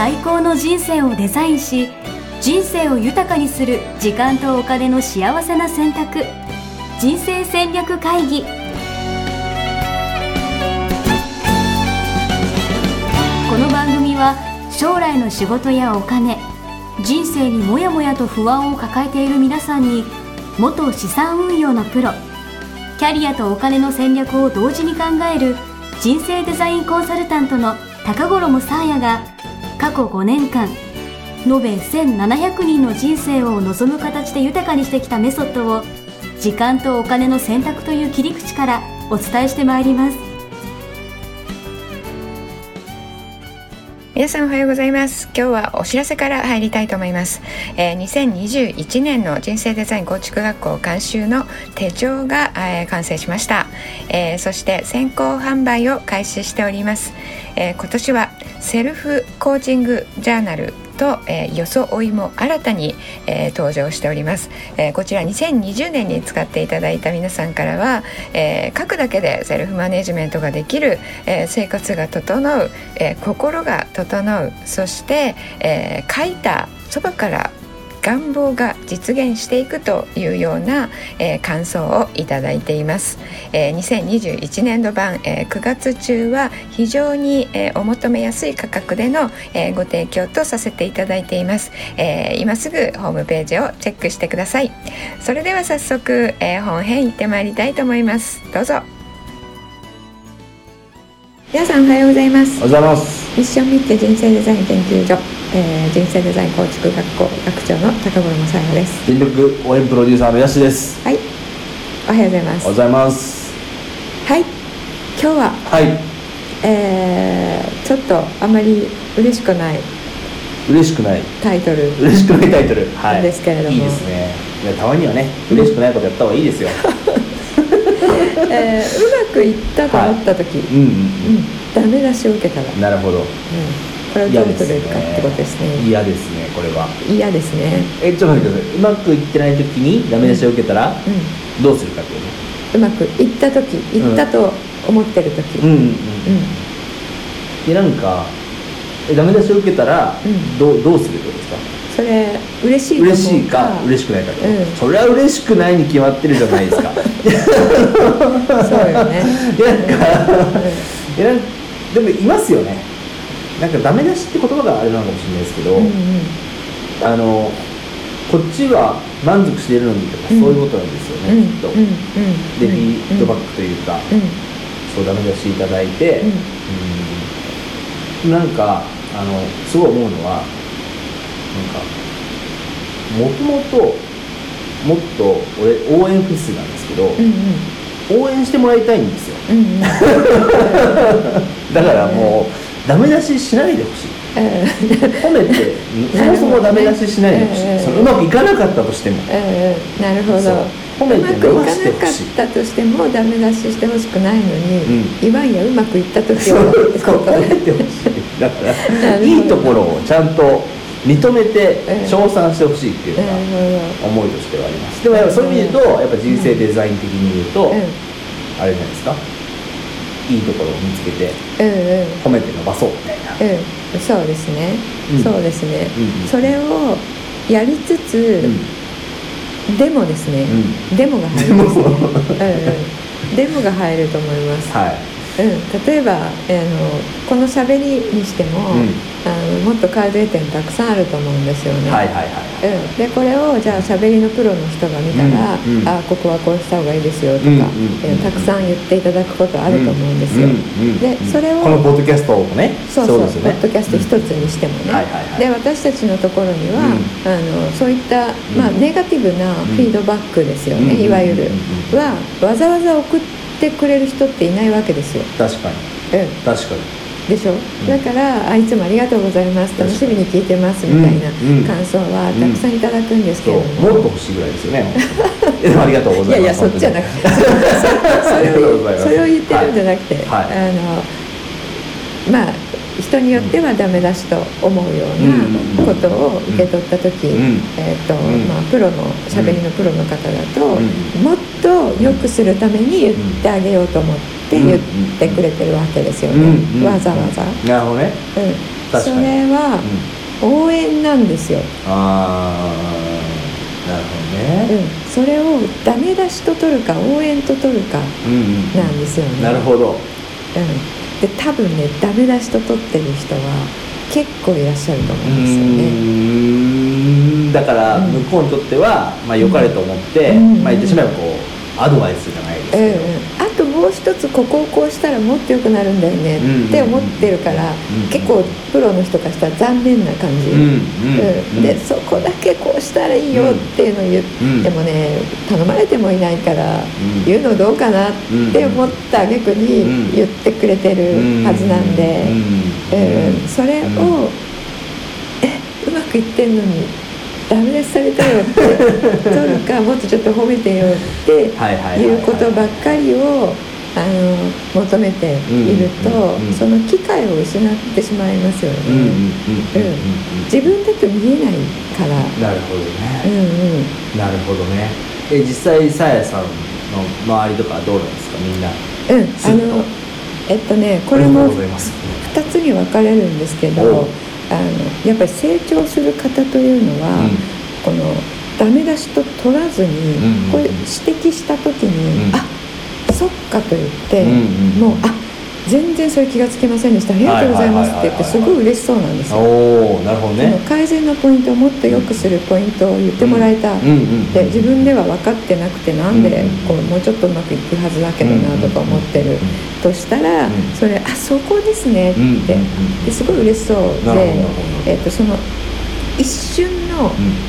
最高の人生をデザインし、人生を豊かにする時間とお金の幸せな選択、人生戦略会議。この番組は将来の仕事やお金、人生にもやもやと不安を抱えている皆さんに、元資産運用のプロ、キャリアとお金の戦略を同時に考える人生デザインコンサルタントの高頃もさあやが、過去5年間延べ1700人の人生を望む形で豊かにしてきたメソッドを、時間とお金の選択という切り口からお伝えしてまいります。 皆さんおはようございます。今日はお知らせから入りたいと思います。2021年の人生デザイン構築学校監修の手帳が、完成しました。そして先行販売を開始しております。今年はセルフコーチングジャーナルと、装いも新たに、登場しております。こちら2020年に使っていただいた皆さんからは、書くだけでセルフマネジメントができる、生活が整う、心が整う、そして、書いたそばから願望が実現していくというような、感想をいただいています。2021年度版、9月中は非常に、お求めやすい価格での、ご提供とさせていただいています。今すぐホームページをチェックしてください。それでは早速、本編行ってまいりたいと思います。どうぞ。皆さんおはようございます。 おはようございます。 ミッションミッケ人生デザイン研究所、人生デザイン構築学校学長の高頃もさやです。 全力応援プロデューサーのやしです。 はい、おはようございます。 おはようございます。 はい、今日は、 はい、 ちょっとあまり嬉しくないタイトルなんですけれども、 いいですね。たまにはね、嬉しくないことやった方がいいですよ。 うまくいったと思った時、ダメ出しを受けたら、 なるほど、 これをどう取れるかってことですね。 嫌ですね、これは嫌ですね。 ちょっと待ってください。うまくいってない時にダメ出しを受けたら、どうするかっていうね。 うまくいった時、いったと思ってる時、 でなんかダメ出しを受けたら、どうするってことですか。 それ嬉しいか嬉しくないか、それは嬉しくないに決まってるじゃないですか。 そうよね。 でもいますよね。なんかダメ出しって言葉があれなのかもしれないですけど、こっちは満足しているのにとか、そういうことなんですよね、きっと。でフィードバックというか、そうダメ出しいただいて、なんかすごい思うのは、なんかもっと俺応援フェスなんですけど、応援してもらいたいんですよ。だからもうダメ出ししないでほしい。褒めてそもそもダメ出ししないでほしい。そのうまくいかなかったとしても、 なるほど。 褒めて伸ばしてほしい。 うまくいかなかったとしてもダメ出ししてほしくないのに、いわんやうまくいった時を褒めてほしい。だからいいところをちゃんと認めて称賛してほしいっていうのが思いとしてはあります。でもやっぱそういう意味で言うと、やっぱ人生デザイン的に言うと、あれじゃないですか、いいところを見つけて褒めて伸ばそうみたいな。 そうですね、そうですね。それをやりつつ、でもですね、デモが入るんですね。デモが入ると思います。例えばこのしゃべりにしても、もっと改善点たくさんあると思うんですよね。でこれをじゃあしゃべりのプロの人が見たら、ここはこうした方がいいですよとか、たくさん言っていただくことあると思うんですよ。でそれをこのポッドキャストをね、 そうポッドキャスト一つにしてもね、で私たちのところには、そういった、ネガティブなフィードバックですよね、いわゆるはわざわざ送ってくれる人っていないわけですよ。 確かに、 でしょ。だからいつもありがとうございます、楽しみに聞いてますみたいな感想はたくさんいただくんですけれども、 もっと欲しいぐらいですよね。でもありがとうございます。 いやそっちじゃなくてそれを言ってるんじゃなくて、人によってはダメ出しと思うようなことを受け取った時、プロのしゃべりのプロの方だと、もっと良くするために言ってあげようと思って言ってくれてるわけですよね、わざわざ。 なるほどね。 それは応援なんですよ。 ああ、なるほどね。 それをダメ出しと取るか応援と取るかなんですよね。 なるほど。 で多分ね、ダメ出しと取ってる人は結構いらっしゃると思うんですよね。 だから向こうにとっては、良かれと思って、言ってしまえばこうアドバイスじゃないですけど、 あともう一つここをこうしたらもっと良くなるんだよねって思ってるから、結構プロの人からしたら残念な感じ、でそこだけこうしたらいいよっていうのを言ってもね、頼まれてもいないから言うのどうかなって思った挙句に言ってくれてるはずなんで、それをうまくいってんのにダメ出しされたよって取るか、もっとちょっと褒めてよっていうことばっかりを求めていると、その機会を失ってしまいますよね。自分だと見えないから。 なるほどね。なるほどね。実際さやさんの周りとかどうなんですか、みんな。 これも2つに分かれるんですけど、やっぱり成長する方というのは、このダメ出しと取らずに、これ指摘した時に、そっかと言って、もう全然それ気がつきませんでした、ありがとうございますって言ってすごい嬉しそうなんですよ。 なるほどね。 改善のポイントをもっと良くするポイントを言ってもらえた、で自分では分かってなくて、なんでこうもうちょっとうまくいくはずだけどなとか思ってるとしたら、それそこですねってですごい嬉しそうで、その一瞬の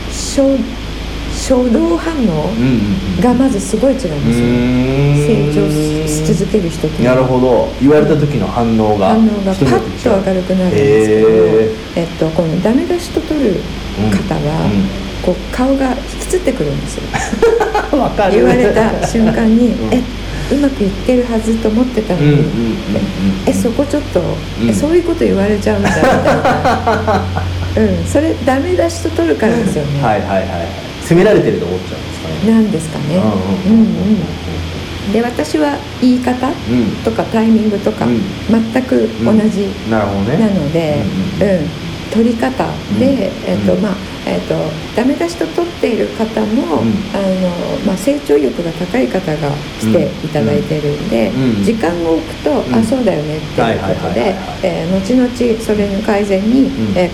衝動反応がまずすごい違うんですよ、成長し続ける人って。 なるほど。言われた時の反応がパッと明るくなるんですけど、このダメ出しと取る方は、こう顔が引きつってくるんですよ言われた瞬間にうまくいってるはずと思ってたのに、そこちょっと、そういうこと言われちゃうんだみたいなそれダメ出しと取るからですよね。 責められてると思っちゃうんですかね。 なんですかね。で私は言い方とかタイミングとか全く同じなので、取り方で、ダメ出しと取っている方も、成長欲が高い方が来ていただいているんで、時間を置くと、そうだよねっていうことで、後々それの改善に、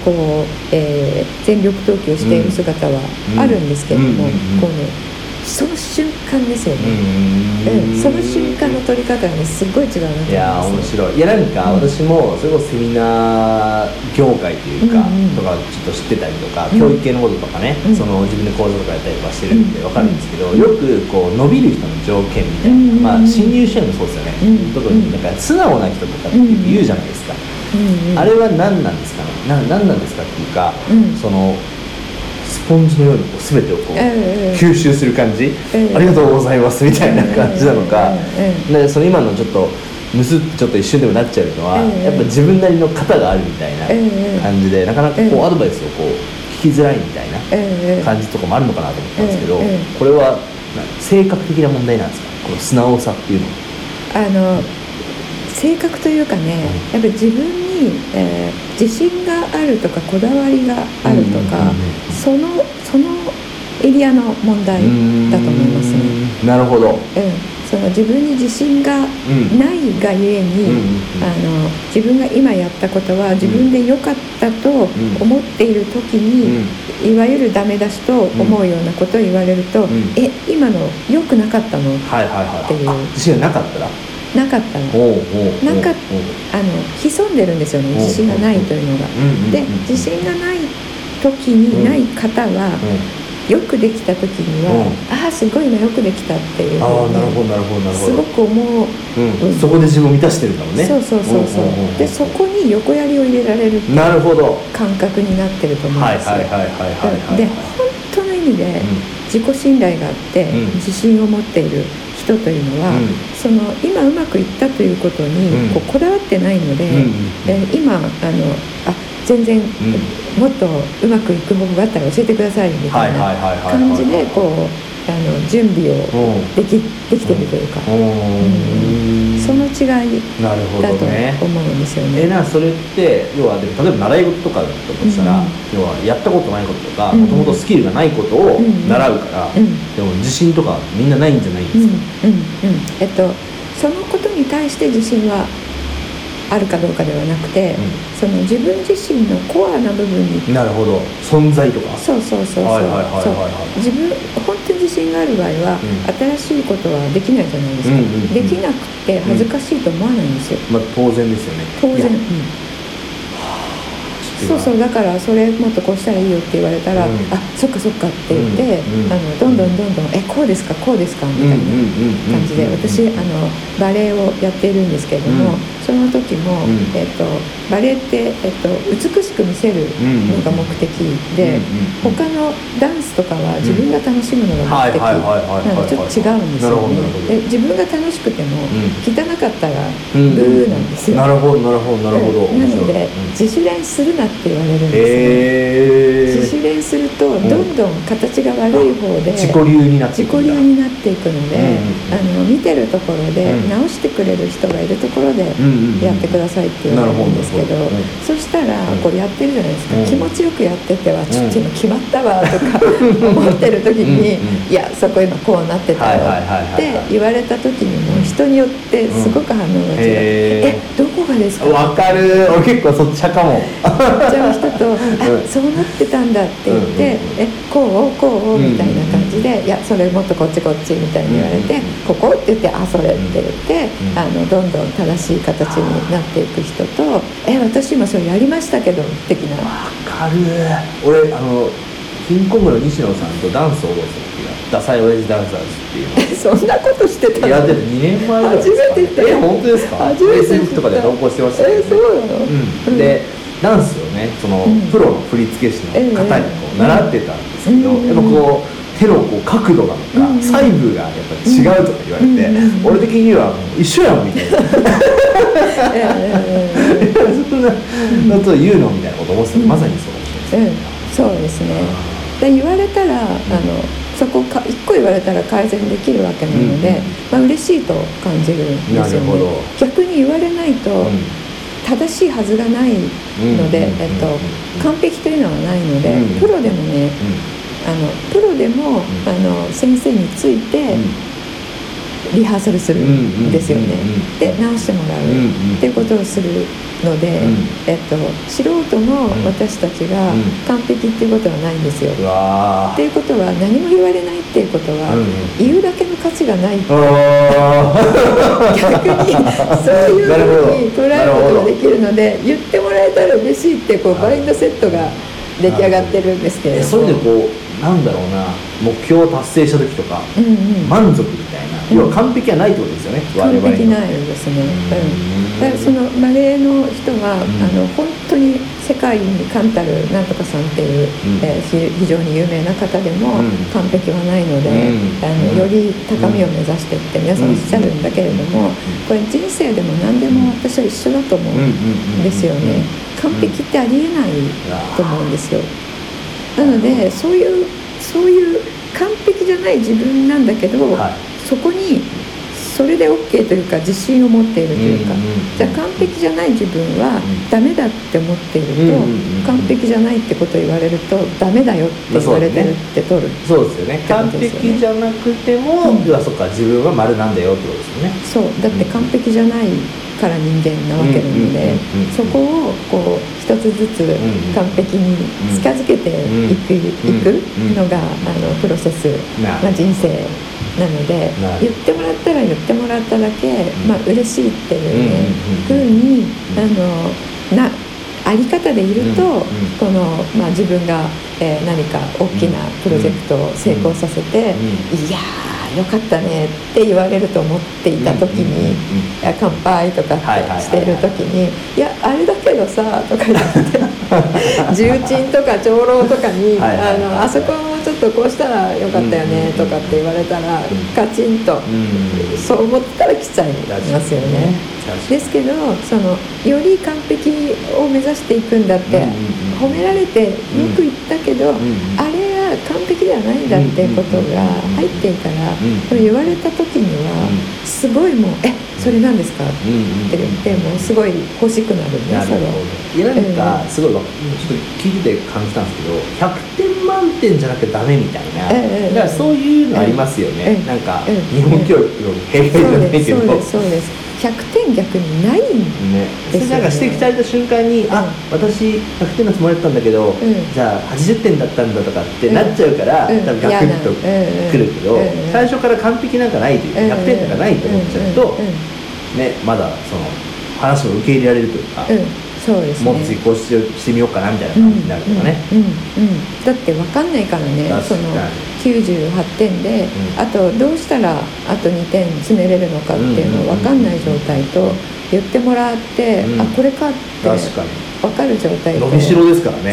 全力投球している姿はあるんですけれども、こうね、その瞬間ですよね。その瞬間の取り方がね、すごい違うなと思います。 いや面白い。いやなんか私もそれこそセミナー業界というか、とかちょっと知ってたりとか、教育系のこととかね、その自分で講座とかやったりとかしてるんで分かるんですけど、よくこう伸びる人の条件みたいな、新入社員もそうですよね、特になんか素直な人とかって言うじゃないですか。あれは何なんですかね。何なんですかっていうか、そのスポンジのようにこう全てをこう吸収する感じ、ありがとうございますみたいな感じなのか、でその今のちょっとむすってちょっと一瞬でもなっちゃうのは、やっぱ自分なりの型があるみたいな感じで、なかなかこうアドバイスをこう聞きづらいみたいな感じとかもあるのかなと思ったんですけど、これは性格的な問題なんですか、この素直さっていうのは。 性格というかね、やっぱり自分に、自信があるとかこだわりがあるとか、そのエリアの問題だと思いますね。 なるほど。 その自分に自信がないがゆえに、自分が今やったことは自分で良かったと思っている時に、いわゆるダメ出しと思うようなことを言われると、今の良くなかったのっていう。 自信がなかったらなかったの潜んでるんですよね、自信がないというのが。で自信がない時にない方は、よくできた時には、すごい今よくできたっていうすごく思う、 そこで自分を満たしてるんだもんね。 そうでそこに横やりを入れられるっていう感覚になってると思うんですよ。で本当の意味で自己信頼があって、自信を持っている人というのは、その今うまくいったということにこだわってないので、今全然もっとうまくいく方法があったら教えてくださいみたいな感じでこう準備をできてるというか、その違いだと思うんですよね。 それって要は例えば習い事とかだとしたら、要はやったことないこととかもともとスキルがないことを習うから、でも自信とかみんなないんじゃないんですか？ そのことに対して自信はあるかどうかではなくて、その自分自身のコアな部分に。 なるほど、存在とか。 そう自分本当に自信がある場合は、新しいことはできないじゃないですか。できなくて恥ずかしいと思わないんですよ。 当然ですよね。 当然。だからそれもっとこうしたらいいよって言われたら、そっかって言って、どんどんこうですかみたいな感じで、私バレエをやっているんですけれども、その時も、バレエって、美しく見せるのが目的で、他のダンスとかは自分が楽しむのが目的なのでちょっと違うんですよね。で自分が楽しくても汚かったらブーなんですよ。 なるほど。なので自主練するなって言われるんですよね。自主練するとどんどん形が悪い方で自己流になっていくので、見てるところで直してくれる人がいるところでやってくださいって言われるんですけど、そしたらこうやってるじゃないですか。気持ちよくやっててはちょっと今決まったわとか思ってる時に、いやそこ今こうなってたよって言われた時にも人によってすごく反応が違う。どこがですか？ わかる。俺結構そっちかも。 じゃあ人とそうなってたんだって言ってこうみたいな感じで、いやそれもっとこっちみたいに言われて、ここって言ってそれって言ってどんどん正しい形になっていく人と、私もそれやりましたけど的な。 わかる。俺キングコングの西野さんとダンスを踊ってたダサい親父ダンサーズっていうそんなことしてたの？ いやでも2年前ぐらいですか。 初めて言った。 本当ですか？Facebook とかで投稿してましたけどね。 そうなの？ でダンスをね、そのプロの振付師の方にこう習ってたんですけど、やっぱこう手のこう角度なのか細部がやっぱ違うとか言われて、俺的には一緒やんみたいなそんなことを言うのみたいなこと思ってた。まさにそうかもしれないですね。 そうですね。で言われたらそこ一個言われたら改善できるわけなので、嬉しいと感じるんですよね。逆に言われないと正しいはずがないので、完璧というのはないので、プロでもね、先生についてリハーサルするんですよね。で直してもらうっていうことをするので、素人の私たちが完璧っていうことはないんですよ。っていうことは何も言われないっていうことは、言うだけの価値がない逆にそういうふうに捉えることができるので、言ってもらえたら嬉しいってこうマインドセットが出来上がってるんですけれども、 それでこうなんだろうな、目標を達成した時とか、満足みたいな、要は完璧はないってことですよね。 完璧ないですね。だからそのバレエの人は、本当に世界に冠たるなんとかさんっていう、非常に有名な方でも完璧はないので、より高みを目指してって皆さんおっしゃるんだけれども、これ人生でも何でも私は一緒だと思うんですよね。完璧ってありえないと思うんですよ。なのでそういう完璧じゃない自分なんだけど、そこにそれで OK というか自信を持っているというか、じゃあ完璧じゃない自分はダメだって思っていると、完璧じゃないってことを言われるとダメだよって言われてるって取る。 そうですよね。完璧じゃなくても、そっか自分は丸なんだよってことですよね。 そうだって完璧じゃないから人間なわけなので、そこをこう一つずつ完璧に近づけていくのがプロセス、人生なので、言ってもらったら言ってもらっただけ、嬉しいっていうね、風にあり方でいると、この、自分が、何か大きなプロジェクトを成功させて、いやーよかったねって言われると思っていた時に、乾杯とかってしている時に、いやあれだけどさとか言って重鎮とか長老とかにあそこもちょっとこうしたらよかったよねとかって言われたらカチンと、そう思ったら来ちゃいますよね。ですけどより完璧を目指していくんだって、褒められてよく言ったけど、あれは完璧ではないんだっていうことが入っていたら、これ言われた時にはすごいもうそれなんですかって言ってもうすごい欲しくなるね。 なるほど。いやなんかすごいちょっと聞いてて感じたんですけど、100点満点じゃなきゃダメみたいな、だからそういうのありますよね。なんか日本教育の弊害じゃないけど、 そうです100点逆にないんですよね。 それなんか指摘された瞬間に、私100点のつもりだったんだけど、じゃあ80点だったんだとかってなっちゃうから、多分ガクッとくるけど、最初から完璧なんかないという、100点とかないと思っちゃうと、まだその話を受け入れられるというか、 そうですね、 もっと次こうしてみようかなみたいな感じになるとかね。 だって分かんないからね、その98点で、あとどうしたらあと2点詰めれるのかっていうのを分かんない状態と、言ってもらって、これかって分かる状態と、 伸びしろですからね。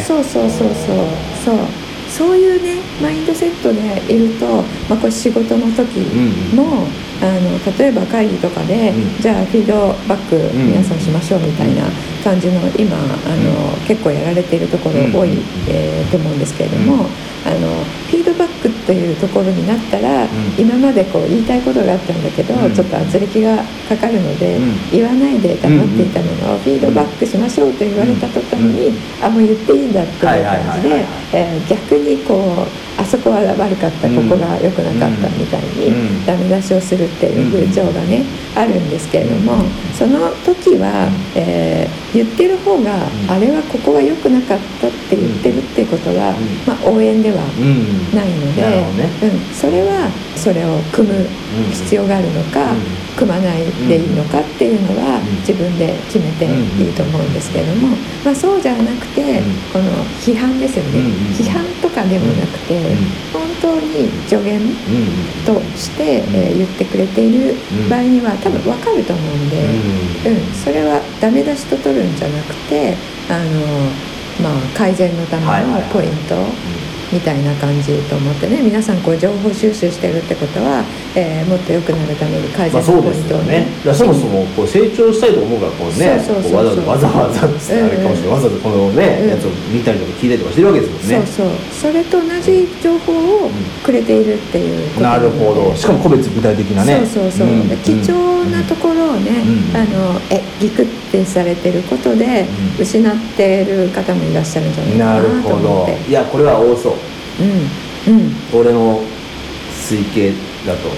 そういうねマインドセットでいると、これ仕事の時も、例えば会議とかで、じゃあフィードバック皆さんしましょうみたいな感じの今結構やられているところ多い、と思うんですけれども、フィードバックというところになったら、今までこう言いたいことがあったんだけど、ちょっと圧力がかかるので、言わないで黙っていたのをフィードバックしましょうと言われた途端に、もう言っていいんだっていう感じで、逆にこうあそこは悪かった、ここが良くなかったみたいにダメ出しをするっていう風潮がねあるんですけれども、その時は、言ってる方が、あれはここが良くなかったって言ってるっていうことは、応援ではないので、それはそれを組む必要があるのか、組まないでいいのかっていうのは自分で決めていいと思うんですけれども、そうじゃなくて、この批判ですよね、批判とかでもなくて、本当に助言として言ってくれている場合には多分分かると思うんで、それはダメ出しと取るんじゃなくて、改善のためのポイントみたいな感じと思ってね、皆さんこう情報収集してるってことは、もっと良くなるために改善のポイントをね、 そもそもこう成長したいと思うからこうね、わざわざってあれかもしれない、わざわざこのね、やつを見たりとか聞いたりとかしてるわけですもんね。 それと同じ情報をくれているっていうことなるほど。しかも個別具体的なね、 貴重なところをね、ギクってされてることで失っている方もいらっしゃるんじゃないかなと思って。 いやこれは多そう。俺の推計だと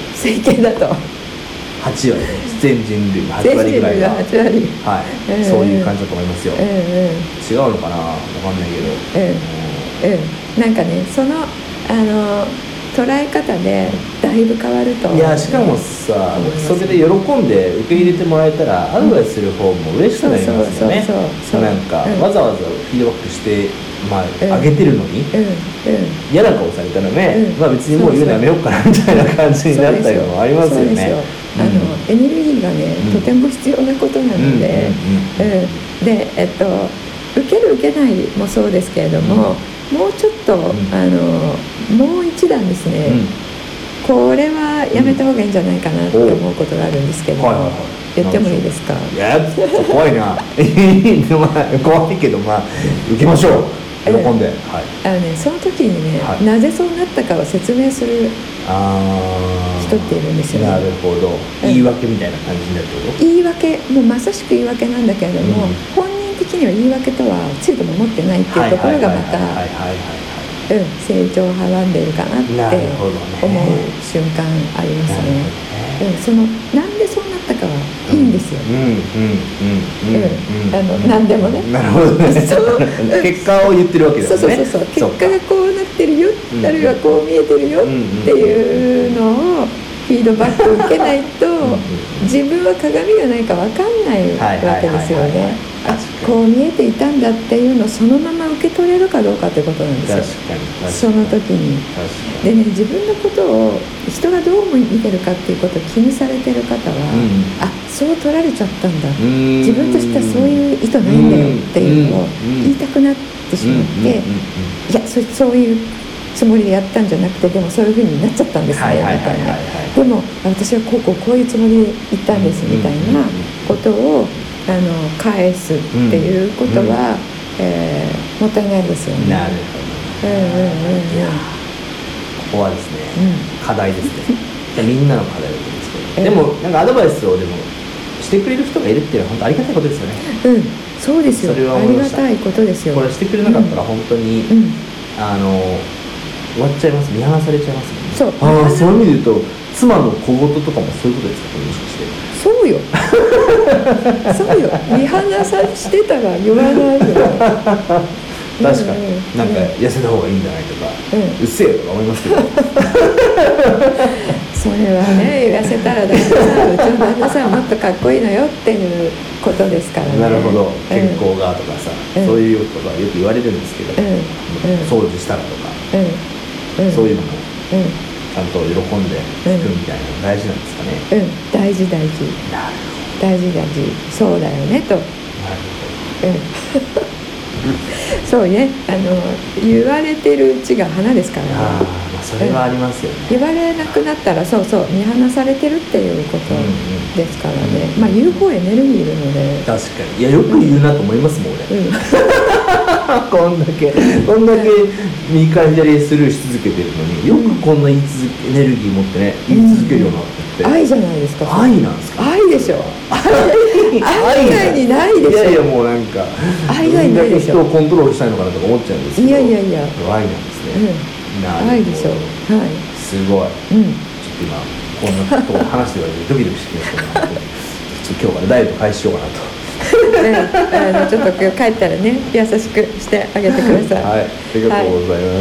8割、全人類の8割ぐらいが、そういう感じだと思いますよ。違うのかな、分かんないけど、 なんかね、その捉え方でだいぶ変わると。 いやしかもさ、それで喜んで受け入れてもらえたら、アドバイスする方も嬉しくなりますよね。なんかわざわざフィードバックしてあげてるのに、嫌な顔されたらね、別にもう言うのやめようかなみたいな感じになったりもありますよね。 エネルギーがね、とても必要なことなので、受ける受けないもそうですけれども、もうちょっと、もう一段ですね、これはやめた方がいいんじゃないかなって思うことがあるんですけど、言ってもいいですか？ いや怖いな怖いけど受けましょう、喜んで。 その時にね、なぜそうなったかを説明する人っているんですよね。 なるほど。言い訳みたいな感じになるってこと？ 言い訳、もうまさしく言い訳なんだけれども、本人的には言い訳とはきちんと守ってないっていうところがまた成長を阻んでいるかなって思う瞬間ありますね。なんでそうなったかはいいんですよ。なんでもね。 なるほどね。結果を言ってるわけですね。 結果がこうなってるよ、あるいはこう見えてるよっていうのをフィードバックを受けないと、自分は鏡がないか分かんないわけですよね。こう見えていたんだっていうのをそのまま受け取れるかどうかってことなんですよ。その時に。でね、自分のことを人がどう見てるかっていうことを気にされてる方は、そう取られちゃったんだ、自分としてはそういう意図ないんだよっていうのを言いたくなってしまって、いやそういうつもりでやったんじゃなくて、でもそういう風になっちゃったんですねみたいな、でも私はこういうつもりで言ったんですみたいなことを返すっていうことは、もったいないですよね。 なるほど。 ここはですね、課題ですねみんなの課題だと思うんですけど、でもなんかアドバイスをでもしてくれる人がいるっていうのは本当ありがたいことですよね。 そうですよ。 それはありがたいことですよ。 これしてくれなかったら本当に、終わっちゃいます。見放されちゃいますもんね。そういう意味で言うと妻の小言とかもそういうことですか、もしかして。 そうよそうよ、見放さしてたら言わないよ確かに、なんか痩せた方がいいんじゃないとか、うっせえよとか思いますけどそれはね、痩せたら旦那さん、うちの旦那さんもっとかっこいいのよっていうことですからね。 なるほど、健康がとかさ、そういうことがよく言われるんですけど、掃除したらとか、そういうのもちゃんと喜んで聞くみたいなの大事なんですかね。 大事大事。大事大事。そうだよねと。なるほど。 そうね、言われてるうちが花ですからね。 それはありますよね。 言われなくなったら見放されてるっていうことですからね。言う方エネルギーいるので。確かに、いやよく言うなと思いますもん俺、こんだけ右から左へスルーし続けてるのによくこんなエネルギー持ってね言い続けるようになって愛じゃないですか。 愛なんですか。 愛でしょ。愛以外にないでしょ。 いやもうなんか愛以外にないでしょ。 人をコントロールしたいのかなとか思っちゃうんですけど、愛なんですね。 愛でしょ。 すごい。ちょっと今こんなことを話してる間にドキドキしてきましたけど今日からダイエット開始しようかなとちょっと今日帰ったらね、優しくしてあげてください。 はい、ありがとうございます。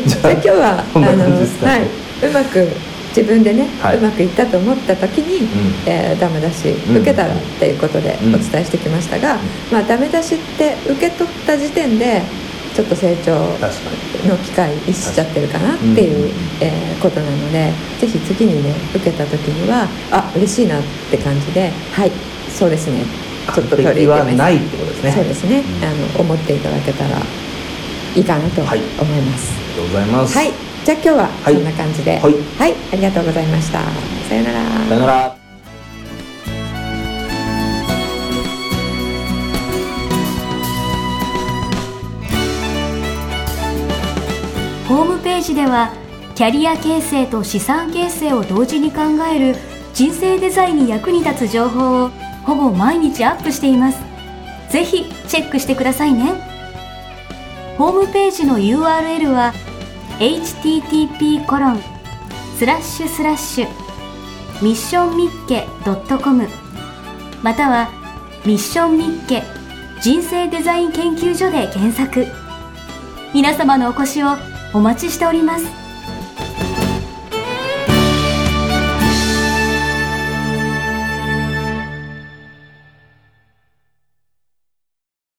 じゃあ今日はうまく自分でね、うまくいったと思った時に、ダメ出し受けたらっていうことでお伝えしてきましたが、ダメ出しって受け取った時点でちょっと成長の機会逸しちゃってるかなっていうことなので、ぜひ次にね受けた時には嬉しいなって感じで、そうですね、ちょっと取り入れないってことですね。 そうですね、思っていただけたらいいかなと思います。 ありがとうございます。 じゃあ今日はそんな感じで、ありがとうございました。さよなら。 さよなら。 ホームページではキャリア形成と資産形成を同時に考える人生デザインに役に立つ情報をほぼ毎日アップしています。ぜひチェックしてくださいね。ホームページの URL はhttp://missionmicke.com またはミッションミッケ人生デザイン研究所で検索。皆様のお越しをお待ちしております。